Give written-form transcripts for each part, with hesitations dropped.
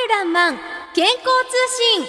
るらんまん健康通信。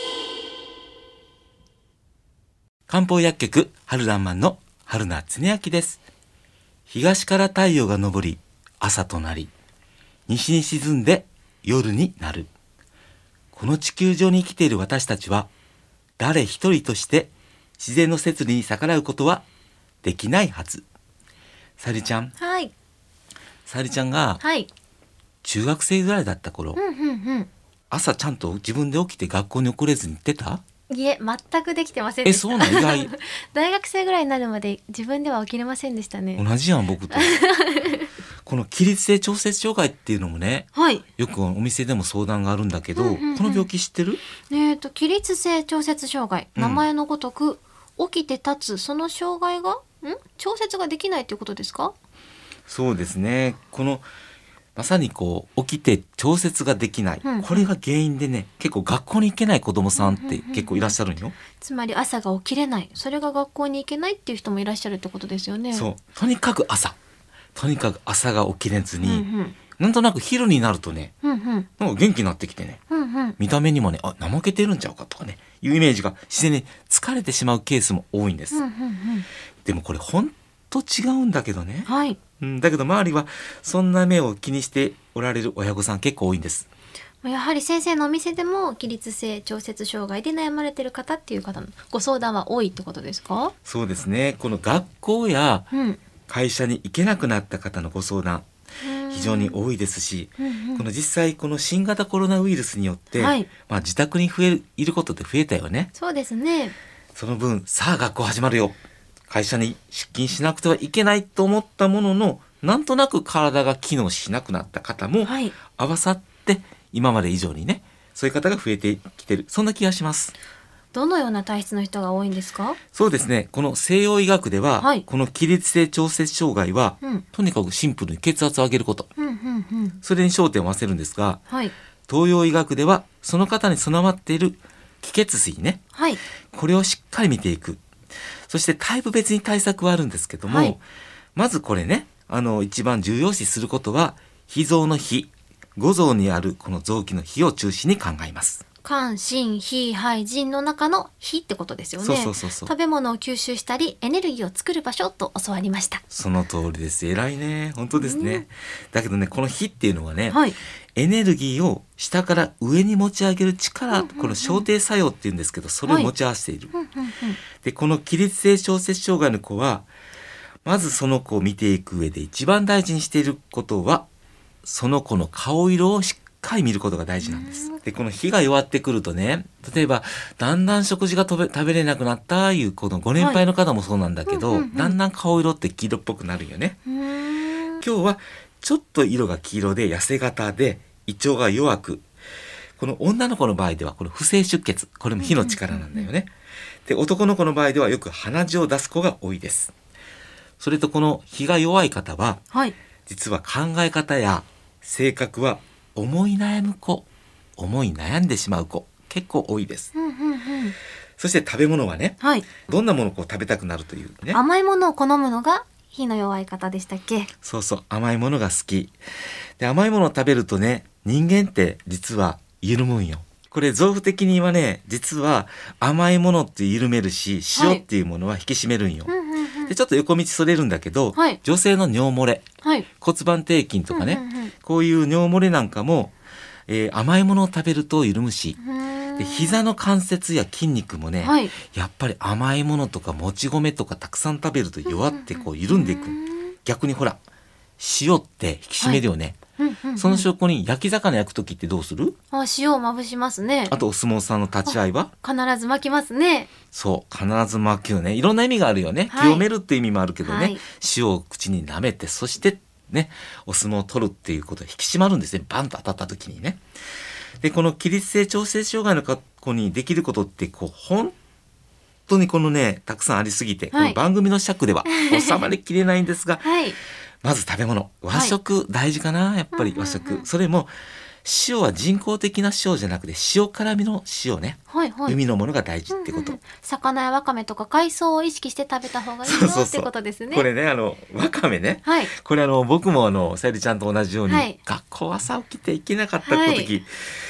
漢方薬局春らんまんの春名恒明です。東から太陽が昇り朝となり、西に沈んで夜になる。この地球上に生きている私たちは誰一人として自然の摂理に逆らうことはできないはず。さゆりちゃん、 はい。 さゆりちゃんがはい。 中学生ぐらいだった頃、朝ちゃんと自分で起きて学校に遅れずに行ってた？ いえ、全くできてませんでした。 そうなん？意外。 大学生ぐらいになるまで自分では起きれませんでしたね。 同じやん僕と。この起立性調節障害っていうのもね、 はい。 よくお店でも相談があるんだけど、 うんうんうんこの病気知ってる？ 起立性調節障害、名前のごとく、起きて立つその障害が調節ができないということですか？ そうですね。このまさにこう起きて調節ができない、 うんうんこれが原因でね、結構学校に行けない子どもさんって結構いらっしゃるんよ。 つまり朝が起きれない、それが学校に行けないっていう人もいらっしゃるってことですよね。 そうとにかく朝が起きれずうんに、なんとなく昼になるとね、 うんうんなんか元気になってきてね、 うんうん見た目にもね、怠けてるんちゃうかとかねいうイメージが自然に疲れてしまうケースも多いんです。 うんうんうんでもこれほんと違うんだけどね、 はい。 だけど周りはそんな目を気にしておられる親御さん結構多いんです。 やはり先生のお店でも起立性調節障害で悩まれてる方っていう方のご相談は多いってことですか？ そうですね。この学校やうん会社に行けなくなった方のご相談非常に多いですし、この実際この新型コロナウイルスによって、 はい自宅にいることって増えたよね。 そうですね。 その分さあ学校始まるよ、会社に出勤しなくてはいけないと思ったものの、なんとなく体が機能しなくなった方もはい。 合わさって今まで以上にね、そういう方が増えてきてる、そんな気がします。 どのような体質の人が多いんですか？ そうですね。この西洋医学では、 はいこの起立性調節障害は、とにかくシンプルに血圧を上げること、 うんうんうんそれに焦点を合わせるんですが、 はい東洋医学ではその方に備わっている気血水ね、 はいこれをしっかり見ていく。そしてタイプ別に対策はあるんですけども、 はいまずこれね、一番重要視することは脾臓の脾、五臓にあるこの臓器の脾を中心に考えます。 肝心脾肺腎の中の脾ってことですよね。 そう食べ物を吸収したりエネルギーを作る場所と教わりました。 その通りです。偉いね。本当ですね。だけどね、この脾っていうのはね、 はいエネルギーを下から上に持ち上げる力、この小定作用っていうんですけど、それを持ち合わせている。 うんうんうんで、この起立性調節障害の子は、まずその子を見ていく上で一番大事にしていることは、その子の顔色をしっかり見ることが大事なんです。で、この火が弱ってくるとね、例えばだんだん食事が食べれなくなったいうこのご年配の方もそうなんだけど、だんだん顔色って黄色っぽくなるよね。今日はちょっと色が黄色で痩せ型で胃腸が弱く、この女の子の場合ではこの不正出血、これも火の力なんだよね。で、男の子の場合ではよく鼻血を出す子が多いです。それとこの火が弱い方は、 はい実は考え方や性格は思い悩んでしまう子結構多いです。 うんうんうんそして食べ物はね、 はいどんなものを食べたくなるというね。 甘いものを好むのが火の弱い方でしたっけ？ そうそう、甘いものが好きで、甘いものを食べるとね、人間って実は緩むんよ。これ臓腑的にはね、実は甘いものって緩めるし、塩っていうものは引き締めるんよ。 うんうんうんでちょっと横道それるんだけど、 はい女性の尿漏れ、 はい骨盤底筋とかね、 うんうんうんこういう尿漏れなんかも、甘いものを食べると緩むし、で膝の関節や筋肉もね、 はいやっぱり甘いものとかもち米とかたくさん食べると弱ってこう緩んでいく。逆にほら塩って引き締めるよね、その証拠に焼き魚焼く時ってどうする？ 塩をまぶしますね。 あとお相撲さんの立ち合いは必ず巻きますね。 そう必ず巻くよね。いろんな意味があるよね、 はい清めるって意味もあるけどね、 はい塩を口に舐めて、そしてねお相撲を取るっていうことで引き締まるんですね。バンと当たった時にね。でこの起立性調節障害の子にできることってこう本当にこのねたくさんありすぎて、 はいこの番組の尺では収まりきれないんですが、 はいまず食べ物、和食大事かな、やっぱり和食、それも塩は人工的な塩じゃなくて塩辛みの塩ね、 はいはい海のものが大事ってこと、 魚やわかめとか海藻を意識して食べた方がいいよってことですね。 これねわかめね、 はいこれ僕もさゆりちゃんと同じように、 はい学校朝起きて行けなかった時、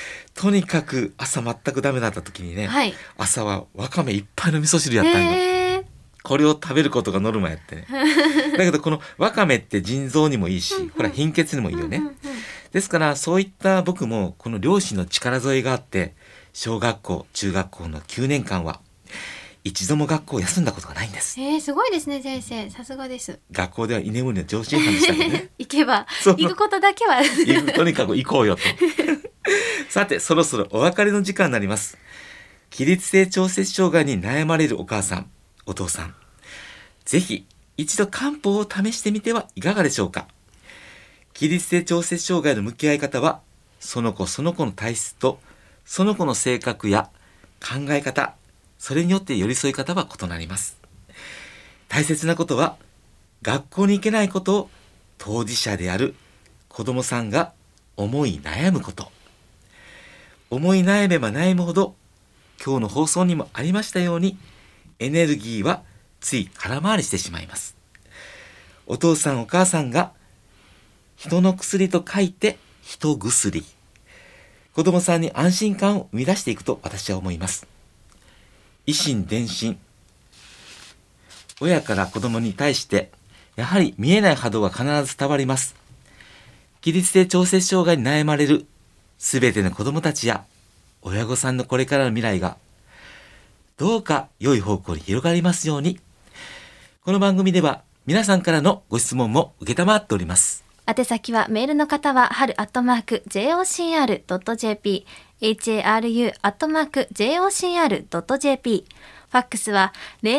とにかく朝全くダメだった時にね、 はい。 朝はわかめいっぱいの味噌汁やったんよ。 へー。 これを食べることがノルマやってね。だけどこのわかめって腎臓にもいいし、ほら貧血にもいいよね。 うんうんうん。 ですからそういった僕もこの両親の力添えがあって、小学校中学校の9年間は一度も学校を休んだことがないんです。 すごいですね先生、さすがです。 学校では居眠りの常習犯でしたけどね。 行けばそう行くことだけはとにかく行こうよと。さてそろそろお別れの時間になります。起立性調節障害に悩まれるお母さんお父さん、ぜひ一度漢方を試してみてはいかがでしょうか。起立性調節障害の向き合い方はその子その子の体質とその子の性格や考え方、それによって寄り添い方は異なります。大切なことは学校に行けないことを当事者である子供さんが思い悩むこと。思い悩めば悩むほど今日の放送にもありましたようにエネルギーはつい空回りしてしまいます。お父さんお母さんが人の薬と書いて人薬、子供さんに安心感を生み出していくと私は思います。以心伝心、親から子供に対してやはり見えない波動は必ず伝わります。起立性調節障害に悩まれるすべての子供たちや親御さんのこれからの未来がどうか良い方向に広がりますように。この番組では皆さんからのご質問も承っております。 宛先はメールの方は春@jocr.jp、haru@jocr.jp、ファックスは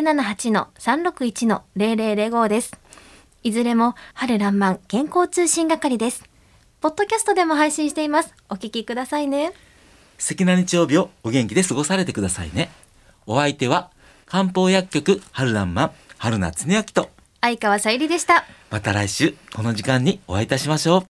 078-361-0005 です。いずれも春らんまん健康通信係です。ポッドキャストでも配信しています。お聞きくださいね。 素敵な日曜日をお元気で過ごされてくださいね。お相手は漢方薬局春らんまん春名恒明と相川さゆりでした。 また来週この時間にお会いいたしましょう。